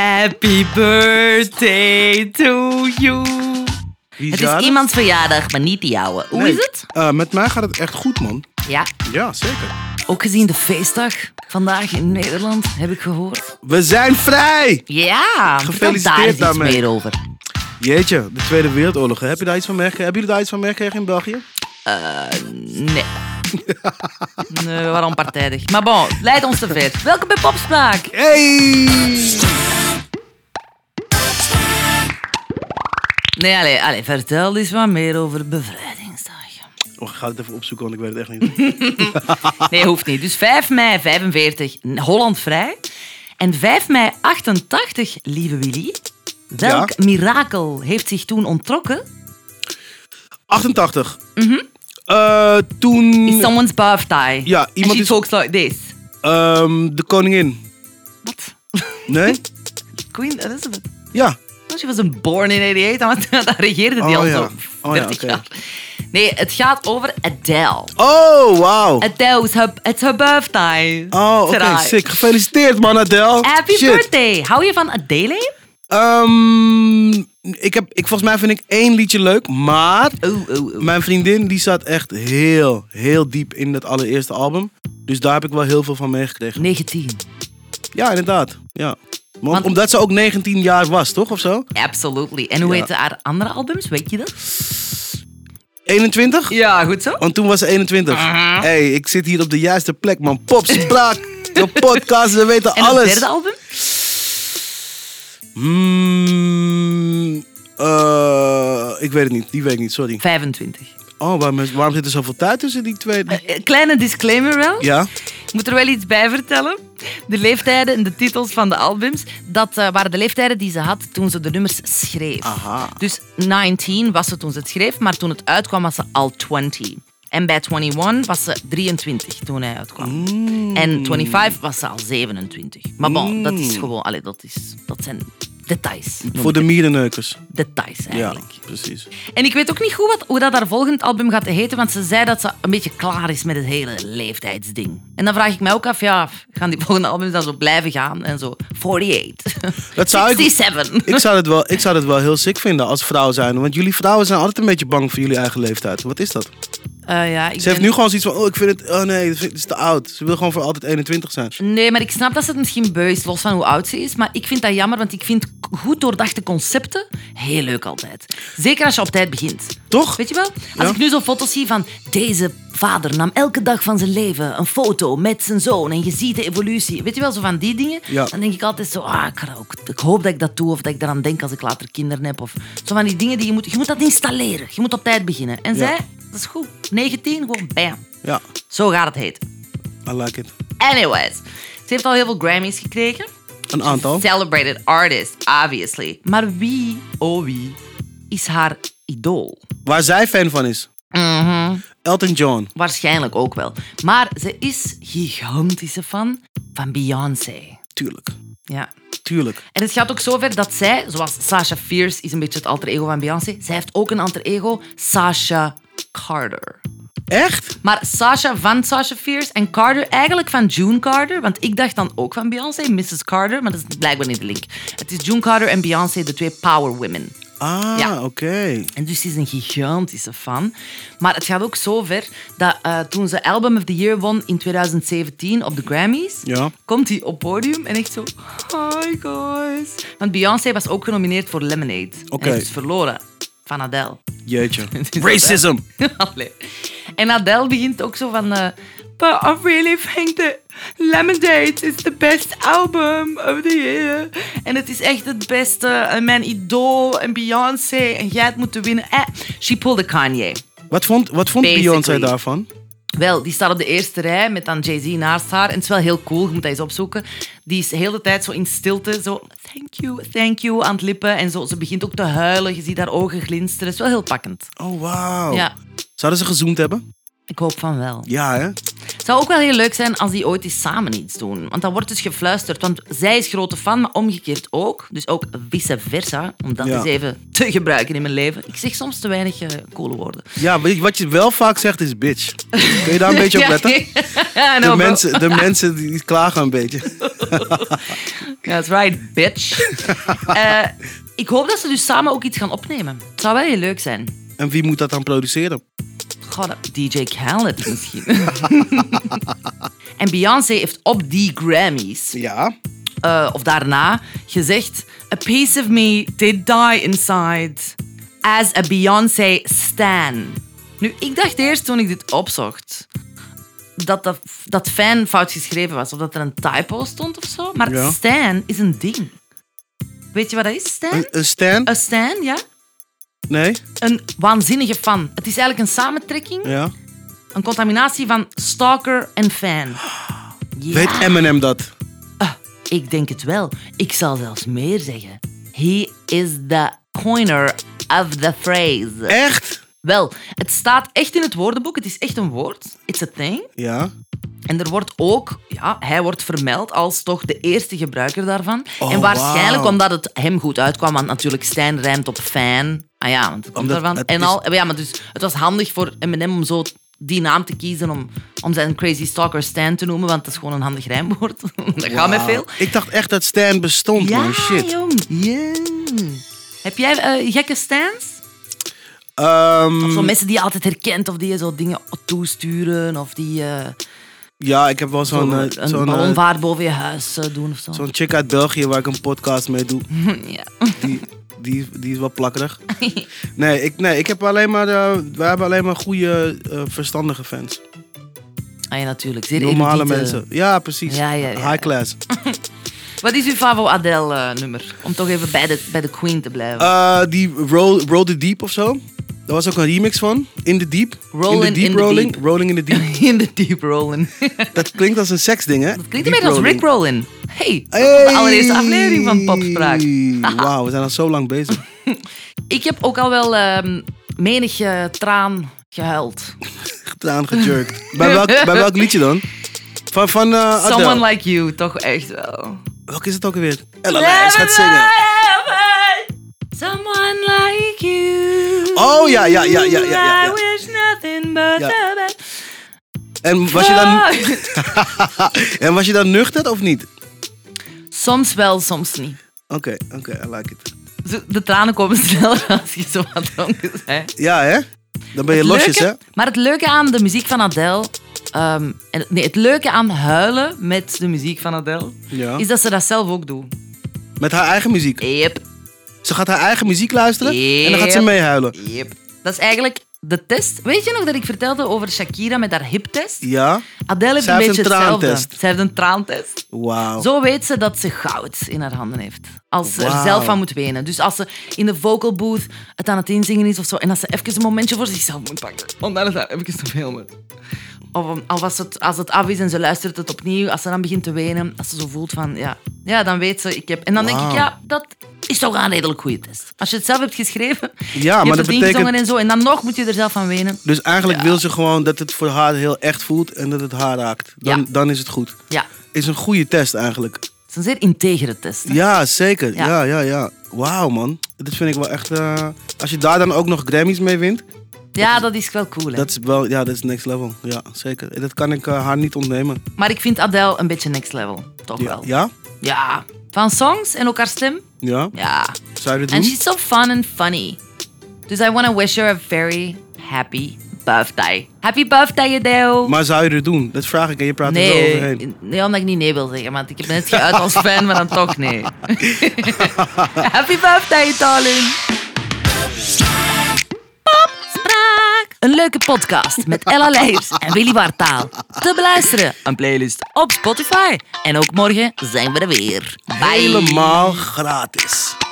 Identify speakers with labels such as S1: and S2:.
S1: Happy birthday to you. Het is iemands verjaardag, maar niet die jouwe. Hoe is het?
S2: Met mij gaat het echt goed, man.
S1: Ja?
S2: Ja, zeker.
S1: Ook gezien de feestdag vandaag in Nederland, heb ik gehoord.
S2: We zijn vrij!
S1: Ja,
S2: gefeliciteerd
S1: daar
S2: daarmee.
S1: iets meer over.
S2: Jeetje, de Tweede Wereldoorlog. Heb je daar iets van meegekregen? Hebben jullie daar iets van meegekregen in België?
S1: Nee. Nee, we waren onpartijdig. Maar bon, leid ons te ver. Welkom bij Popspraak.
S2: Hey!
S1: Nee, allee, vertel eens wat meer over bevrijdingsdag.
S2: Oh, ik ga het even opzoeken, want ik weet het echt niet.
S1: Nee, hoeft niet. Dus 5 mei 45, Holland vrij. En 5 mei 88, lieve Willy. Welk mirakel heeft zich toen ontrokken?
S2: 88. Toen...
S1: It's someone's birthday.
S2: Ja, iemand
S1: And she
S2: is...
S1: talks like this.
S2: De koningin.
S1: Wat?
S2: Nee?
S1: Queen Elizabeth.
S2: Ja.
S1: Oh, she wasn't born in 88, want dan regeerde die al zo 30 jaar. Nee, het gaat over Adele.
S2: Oh, wauw.
S1: Adele, it's her birthday.
S2: Oh, oké, sick. Gefeliciteerd, man, Adele.
S1: Happy birthday. Hou je van Adele?
S2: Volgens mij vind ik 1 liedje leuk, maar mijn vriendin die zat echt heel diep in dat allereerste album. Dus daar heb ik wel heel veel van meegekregen.
S1: 19.
S2: Ja, inderdaad. Ja. Maar omdat ze ook 19 jaar was, toch? Of zo?
S1: Absolutely. En hoe heette haar andere albums? Weet je dat?
S2: 21?
S1: Ja, goed zo.
S2: Want toen was ze 21. Hey, ik zit hier op de juiste plek, man. Popspraak, de podcast, we weten
S1: en
S2: alles.
S1: En het derde album?
S2: Ik weet het niet. Die weet ik niet, sorry.
S1: 25.
S2: Oh, waarom zit er zoveel tijd tussen die twee?
S1: Kleine disclaimer wel.
S2: Ja?
S1: Ik moet er wel iets bij vertellen. De leeftijden en de titels van de albums, dat waren de leeftijden die ze had toen ze de nummers schreef.
S2: Aha.
S1: Dus 19 was ze toen ze het schreef, maar toen het uitkwam was ze al 20. En bij 21 was ze 23 toen hij uitkwam. En 25 was ze al 27. Maar bon, dat is gewoon... dat zijn details.
S2: Voor de mierenneukers.
S1: Details, eigenlijk.
S2: Ja, precies.
S1: En ik weet ook niet goed hoe dat haar volgend album gaat heten, want ze zei dat ze een beetje klaar is met het hele leeftijdsding. En dan vraag ik mij ook af, gaan die volgende albums dan zo blijven gaan? En zo, 48.
S2: Dat zou
S1: 67.
S2: Ik zou het wel heel sick vinden als vrouw zijn. Want jullie vrouwen zijn altijd een beetje bang voor jullie eigen leeftijd. Wat is dat? Ze heeft nu gewoon zoiets van, ik vind het, het is te oud. Ze wil gewoon voor altijd 21 zijn.
S1: Nee, maar ik snap dat ze het misschien beu is, los van hoe oud ze is. Maar ik vind dat jammer, want ik vind goed doordachte concepten heel leuk altijd. Zeker als je op tijd begint.
S2: Toch?
S1: Weet je wel? Als ik nu zo'n foto's zie van deze vader nam elke dag van zijn leven een foto met zijn zoon en je ziet de evolutie. Weet je wel, zo van die dingen.
S2: Ja.
S1: Dan denk ik altijd zo, ik hoop dat ik dat doe of dat ik daaraan denk als ik later kinderen heb. Of zo van die dingen die je moet dat installeren. Je moet op tijd beginnen. En zij, dat is goed. 19, gewoon bam.
S2: Ja.
S1: Zo gaat het heten.
S2: I like it.
S1: Anyways, ze heeft al heel veel Grammys gekregen.
S2: Een aantal.
S1: Celebrated artist, obviously. Maar wie, is haar idool?
S2: Waar zij fan van is. Elton John.
S1: Waarschijnlijk ook wel. Maar ze is gigantische fan van Beyoncé.
S2: Tuurlijk.
S1: Ja.
S2: Tuurlijk.
S1: En het gaat ook zover dat zij, zoals Sasha Fierce is een beetje het alter ego van Beyoncé, zij heeft ook een alter ego, Sasha Carter.
S2: Echt?
S1: Maar Sasha van Sasha Fierce en Carter eigenlijk van June Carter. Want ik dacht dan ook van Beyoncé, Mrs. Carter. Maar dat is blijkbaar niet de link. Het is June Carter en Beyoncé, de 2 power women.
S2: Oké.
S1: En dus ze is een gigantische fan. Maar het gaat ook zo ver dat toen ze Album of the Year won in 2017 op de Grammys, komt hij op podium en echt zo, hi guys. Want Beyoncé was ook genomineerd voor Lemonade. En heeft dus verloren van Adele.
S2: Jeetje. Racism.
S1: En Adele begint ook zo van... But I really think that Lemonade is the best album of the year. En het is echt het beste. En mijn idool en Beyoncé. En jij het moeten winnen. She pulled a Kanye.
S2: Wat vond Beyoncé daarvan?
S1: Wel, die staat op de eerste rij met dan Jay-Z naast haar. En het is wel heel cool, je moet dat eens opzoeken. Die is de hele tijd zo in stilte, zo thank you, aan het lippen. En zo, ze begint ook te huilen, je ziet haar ogen glinsteren. Het is wel heel pakkend.
S2: Oh, wauw.
S1: Ja.
S2: Zouden ze gezoend hebben?
S1: Ik hoop van wel.
S2: Ja, hè?
S1: Het zou ook wel heel leuk zijn als die ooit eens samen iets doen. Want dat wordt dus gefluisterd. Want zij is grote fan, maar omgekeerd ook. Dus ook vice versa. Om dat eens even te gebruiken in mijn leven. Ik zeg soms te weinig coole woorden. Ja,
S2: wat je wel vaak zegt is bitch. Kun je daar een beetje op letten? De mensen die klagen een beetje.
S1: That's right, bitch. Ik hoop dat ze dus samen ook iets gaan opnemen. Het zou wel heel leuk zijn.
S2: En wie moet dat dan produceren?
S1: God, DJ Khaled misschien. En Beyoncé heeft op die Grammys...
S2: Ja.
S1: Of daarna gezegd... A piece of me did die inside. As a Beyoncé stan. Nu, ik dacht eerst toen ik dit opzocht... dat fan fout geschreven was. Of dat er een typo stond of zo. Maar stan is een ding. Weet je wat dat is, stan?
S2: Een stan?
S1: Een stan, ja.
S2: Nee.
S1: Een waanzinnige fan. Het is eigenlijk een samentrekking.
S2: Ja.
S1: Een contaminatie van stalker en fan.
S2: Ja. Weet Eminem dat?
S1: Ik denk het wel. Ik zal zelfs meer zeggen. He is the coiner of the phrase.
S2: Echt?
S1: Wel, het staat echt in het woordenboek. Het is echt een woord. It's a thing.
S2: Ja.
S1: En er wordt ook... Ja, hij wordt vermeld als toch de eerste gebruiker daarvan. En waarschijnlijk omdat het hem goed uitkwam. Want natuurlijk, Stijn rijmt op fan. Ah ja, want het komt daarvan. Ja, maar dus het was handig voor Eminem om zo die naam te kiezen om zijn Crazy Stalker Stan te noemen, want dat is gewoon een handig rijmwoord. Dat gaat met veel.
S2: Ik dacht echt dat Stan bestond, man. Shit.
S1: Jong. Yeah. Heb jij gekke Stans? Of zo mensen die je altijd herkent, of die je zo dingen toesturen, of die...
S2: Ja, ik heb wel zo'n
S1: ballonvaart boven je huis doen of zo.
S2: Zo'n chick uit België waar ik een podcast mee doe.
S1: Ja.
S2: Die is wel plakkerig. Nee, ik heb alleen maar... wij hebben alleen maar goede, verstandige fans.
S1: Ah ja, natuurlijk. Zeer
S2: normale
S1: erudite
S2: mensen. Ja, precies.
S1: Ja.
S2: High class.
S1: Wat is uw favo Adele-nummer? Om toch even bij de Queen te blijven.
S2: Die Roll the Deep of zo. Daar was ook een remix van. In the Deep.
S1: Rolling in
S2: the Deep.
S1: In the Deep rolling.
S2: Dat klinkt als een seksding, hè?
S1: Dat klinkt een beetje als Rick Rollin. Hey, de allereerste aflevering van Popspraak.
S2: Wauw, we zijn al zo lang bezig.
S1: Ik heb ook al wel menig traan gehuild.
S2: Traan gejurkt. Bij welk liedje dan? Van Adele.
S1: Someone Like You, toch echt wel.
S2: Welk is het ook alweer? Ella Lijs gaat zingen.
S1: Someone like you.
S2: Oh ja.
S1: I wish nothing but the best.
S2: En was je dan nuchter of niet?
S1: Soms wel, soms niet.
S2: Oké, I like it.
S1: De tranen komen sneller als je zo wat dronken bent.
S2: Ja, hè? Dan ben je losjes, hè?
S1: Maar het leuke aan de muziek van Adele... het leuke aan huilen met de muziek van Adele... is dat ze dat zelf ook doet.
S2: Met haar eigen muziek?
S1: Yep.
S2: Ze gaat haar eigen muziek luisteren en dan gaat ze meehuilen.
S1: Yep. Dat is eigenlijk de test. Weet je nog dat ik vertelde over Shakira met haar hiptest?
S2: Ja.
S1: Adele heeft een beetje hetzelfde. Zij heeft een traantest.
S2: Wauw.
S1: Zo weet ze dat ze goud in haar handen heeft. Als ze er zelf van moet wenen. Dus als ze in de vocal booth het aan het inzingen is of zo, en als ze even een momentje voor zichzelf moet pakken. Want dan is dat even te veel met. Of als het af is en ze luistert het opnieuw, als ze dan begint te wenen, als ze zo voelt van, ja dan weet ze, ik heb... En dan denk ik, ja, dat is toch een redelijk goede test. Als je het zelf hebt geschreven,
S2: ja, maar dat betekent...
S1: en zo, en dan nog moet je er zelf van wenen.
S2: Dus eigenlijk wil ze gewoon dat het voor haar heel echt voelt en dat het haar raakt. Dan is het goed.
S1: Ja.
S2: Is een goede test eigenlijk.
S1: Het is een zeer integere test. Hè?
S2: Ja, zeker. Ja. Wauw, man. Dat vind ik wel echt... Als je daar dan ook nog Grammys mee wint...
S1: Ja, dat is wel cool, hè?
S2: Dat is wel, dat is next level. Ja, zeker. Dat kan ik haar niet ontnemen.
S1: Maar ik vind Adele een beetje next level. Toch wel.
S2: Ja?
S1: Ja. Van songs en ook haar stem.
S2: Ja?
S1: Ja.
S2: Zou je dat doen?
S1: And she's so fun and funny. Dus I want to wish her a very happy birthday. Happy birthday, Adele.
S2: Maar zou je het doen? Dat vraag ik en je praat er zo overheen.
S1: Nee, omdat ik niet nee wil zeggen. Want ik heb net geuit als fan, maar dan toch nee. Happy birthday, darling. Een leuke podcast met Ella Leijers en Willy Wartaal. Te beluisteren, een playlist op Spotify. En ook morgen zijn we er weer. Bye.
S2: Helemaal gratis.